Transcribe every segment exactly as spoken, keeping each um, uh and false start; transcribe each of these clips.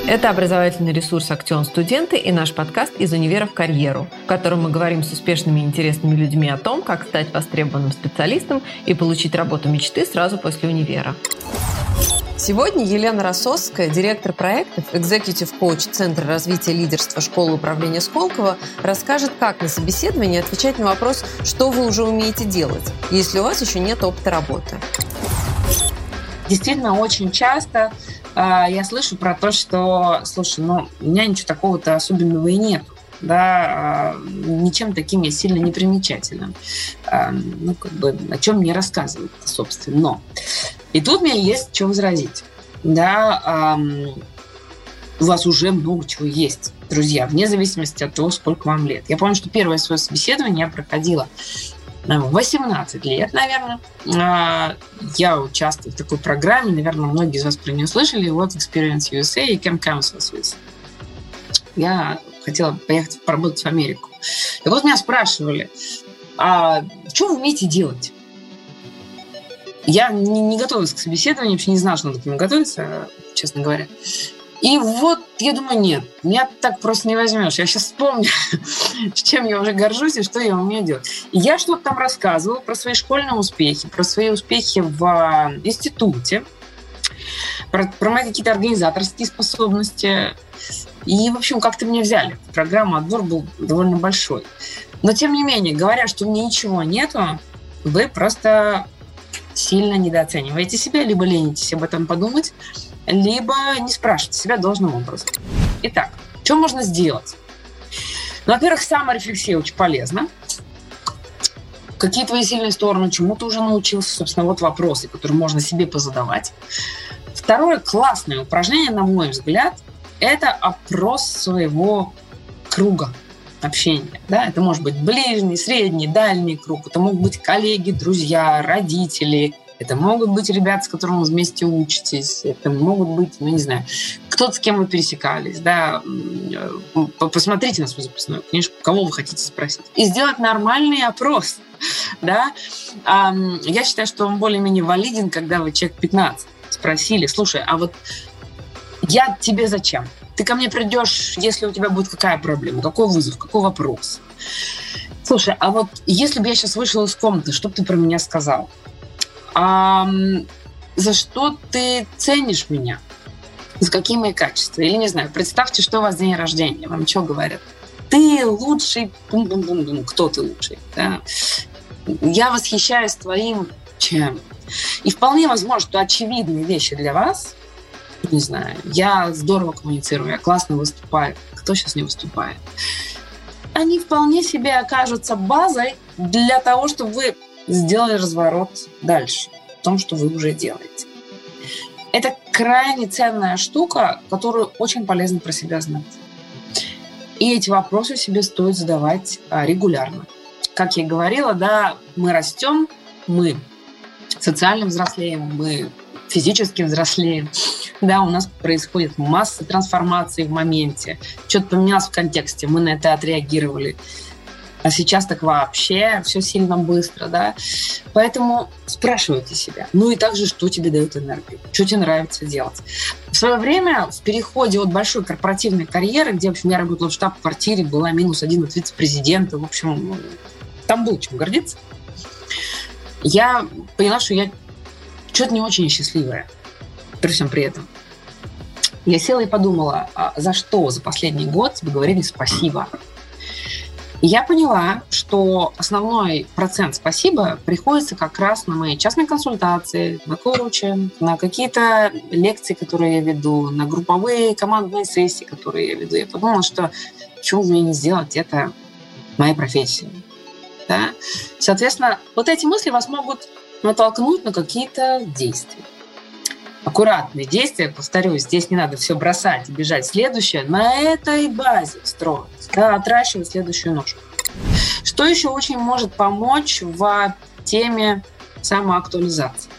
Это образовательный ресурс «Актион Студенты» и наш подкаст «Из универа в карьеру», в котором мы говорим с успешными и интересными людьми о том, как стать востребованным специалистом и получить работу мечты сразу после универа. Сегодня Елена Рассосская, директор проектов, экзекьютив-коуч Центра развития лидерства школы управления Сколково, расскажет, как на собеседовании отвечать на вопрос, что вы уже умеете делать, если у вас еще нет опыта работы. Действительно, очень часто э, я слышу про то, что, слушай, ну, у меня ничего такого-то особенного и нет. Да, э, ничем таким я сильно не примечательным. Э, ну, как бы, о чем мне рассказывают, собственно. Но. И тут у меня есть что возразить. Да, э, у вас уже много чего есть, друзья, вне зависимости от того, сколько вам лет. Я помню, что первое свое собеседование я проходила в восемнадцать лет, наверное. Я участвую в такой программе, наверное, многие из вас про нее слышали, вот Experience ю эс эй и Camp Council Swiss. Я хотела поехать поработать в Америку. И вот меня спрашивали, а что вы умеете делать? Я не, не готовилась к собеседованию, вообще не знала, что надо к нему готовиться, честно говоря. И вот я думаю, нет, меня так просто не возьмешь. Я сейчас вспомню, с чем я уже горжусь и что я умею делать. И я что-то там рассказывала про свои школьные успехи, про свои успехи в институте, про, про мои какие-то организаторские способности. И, в общем, как-то меня взяли. Программа «Отбор» был довольно большой. Но, тем не менее, говоря, что у меня ничего нету, вы просто сильно недооцениваете себя, либо ленитесь об этом подумать, либо не спрашивайте себя должным образом. Итак, что можно сделать? Ну, во-первых, саморефлексия очень полезна. Какие твои сильные стороны, чему ты уже научился? Собственно, вот вопросы, которые можно себе позадавать. Второе классное упражнение, на мой взгляд, это опрос своего круга общения. Да? Это может быть ближний, средний, дальний круг. Это могут быть коллеги, друзья, родители. Это могут быть ребята, с которыми вы вместе учитесь. Это могут быть, ну, не знаю, кто-то, с кем вы пересекались. Да? Посмотрите на свою записную книжку, кого вы хотите спросить. И сделать нормальный опрос. Да? Я считаю, что он более-менее валиден, когда вы человек пятнадцать спросили, слушай, а вот я тебе зачем? Ты ко мне придешь, если у тебя будет какая проблема, какой вызов, какой вопрос? Слушай, а вот если бы я сейчас вышла из комнаты, что бы ты про меня сказал? А за что ты ценишь меня? За какие мои качества? Или, не знаю, представьте, что у вас день рождения. Вам что говорят? Ты лучший, бум-бум-бум-бум. Кто ты лучший? Да? Я восхищаюсь твоим чем? И вполне возможно, что очевидные вещи для вас, не знаю, я здорово коммуницирую, я классно выступаю. Кто сейчас не выступает? Они вполне себе окажутся базой для того, чтобы вы сделали разворот дальше в том, что вы уже делаете. Это крайне ценная штука, которую очень полезно про себя знать. И эти вопросы себе стоит задавать регулярно. Как я и говорила, да, мы растем, мы социально взрослеем, мы физически взрослеем. Да, у нас происходит масса трансформаций в моменте. Что-то поменялось в контексте, мы на это отреагировали. А сейчас так вообще все сильно быстро, да. Поэтому спрашивайте себя. Ну и также, что тебе дает энергию, что тебе нравится делать. В свое время в переходе от большой корпоративной карьеры, где, в общем, я работала в штаб-квартире, была минус один от вице-президента, в общем, там было чем гордиться. Я поняла, что я что-то не очень счастливая при всем при этом. Я села и подумала, а за что за последний год тебе говорили спасибо? И я поняла, что основной процент спасибо приходится как раз на мои частные консультации, на коучинг, на какие-то лекции, которые я веду, на групповые командные сессии, которые я веду. Я подумала, что почему бы мне не сделать это моей профессией. Да? Соответственно, вот эти мысли вас могут натолкнуть на какие-то действия. Аккуратные действия, повторюсь, здесь не надо все бросать и бежать. Следующее, на этой базе строить, да, отращивать следующую ножку. Что еще очень может помочь в теме самоактуализации?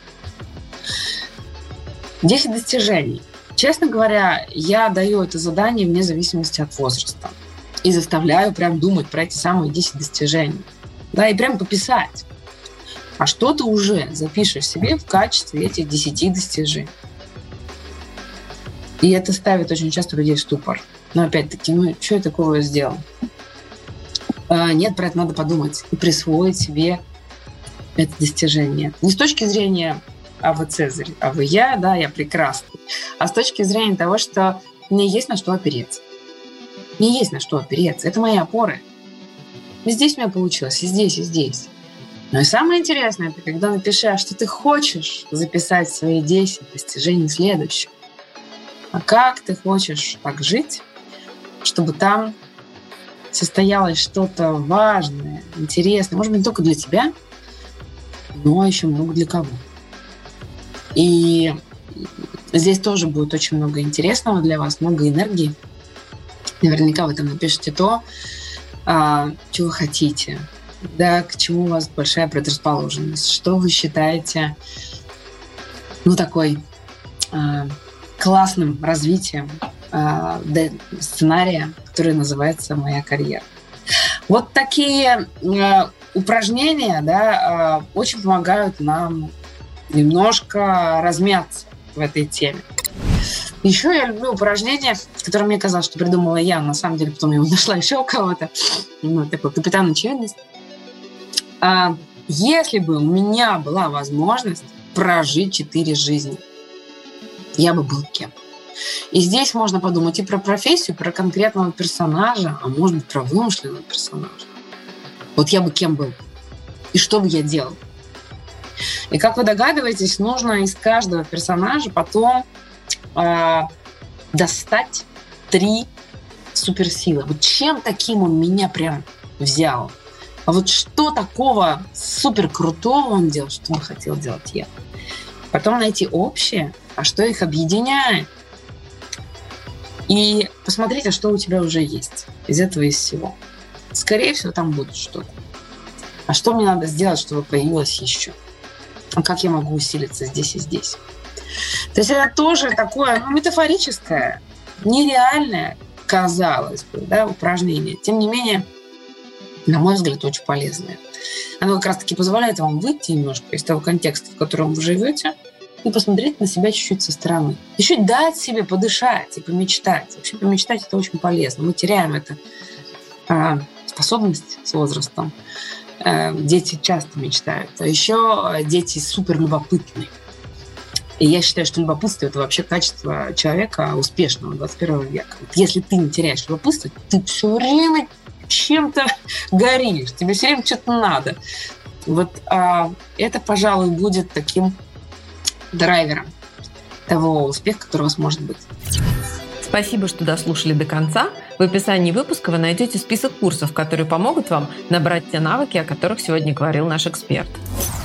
десять достижений. Честно говоря, я даю это задание вне зависимости от возраста. И заставляю прям думать про эти самые десять достижений. Да, и прям пописать. А что ты уже запишешь себе в качестве этих десяти достижений? И это ставит очень часто людей в ступор. Но опять-таки, ну что я такого сделал? А, нет, про это надо подумать и присвоить себе это достижение. Не с точки зрения «а вы Цезарь», «а вы я», да, я прекрасный, а с точки зрения того, что мне есть на что опереться. Мне есть на что опереться. Это мои опоры. И здесь у меня получилось, и здесь, и здесь. Но и самое интересное, это когда напишешь, что ты хочешь записать свои десять достижений следующих. А как ты хочешь так жить, чтобы там состоялось что-то важное, интересное, может быть, не только для тебя, но еще много для кого. И здесь тоже будет очень много интересного для вас, много энергии. Наверняка вы там напишите то, чего вы хотите, да, к чему у вас большая предрасположенность, что вы считаете, ну, такой классным развитием э, сценария, который называется «Моя карьера». Вот такие э, упражнения, да, э, очень помогают нам немножко размяться в этой теме. Еще я люблю упражнения, которые мне казалось, что придумала я, на самом деле потом я его нашла еще у кого-то. Ну, такой капитан очевидность. А, если бы у меня была возможность прожить четыре жизни, я бы был кем. И здесь можно подумать и про профессию, про конкретного персонажа, а может быть, про вымышленного персонажа. Вот я бы кем был? И что бы я делал? И, как вы догадываетесь, нужно из каждого персонажа потом э, достать три суперсилы. Вот чем таким он меня прям взял? А вот что такого суперкрутого он делал, что бы хотел делать я? Потом найти общее, а что их объединяет. И посмотреть, а что у тебя уже есть из этого, из всего. Скорее всего, там будет что-то. А что мне надо сделать, чтобы появилось еще? А как я могу усилиться здесь и здесь? То есть это тоже такое, ну, метафорическое, нереальное, казалось бы, да, упражнение. Тем не менее, на мой взгляд, очень полезное. Оно как раз-таки позволяет вам выйти немножко из того контекста, в котором вы живете, и посмотреть на себя чуть-чуть со стороны. И чуть дать себе подышать и помечтать. Вообще помечтать – это очень полезно. Мы теряем эту а, способность с возрастом. А, дети часто мечтают. А еще дети суперлюбопытные. И я считаю, что любопытство – это вообще качество человека успешного двадцать первого века. Вот если ты не теряешь любопытство, ты все время чем-то горишь, тебе все время что-то надо. Вот а, это, пожалуй, будет таким драйвером того успеха, который у вас может быть. Спасибо, что дослушали до конца. В описании выпуска вы найдете список курсов, которые помогут вам набрать те навыки, о которых сегодня говорил наш эксперт.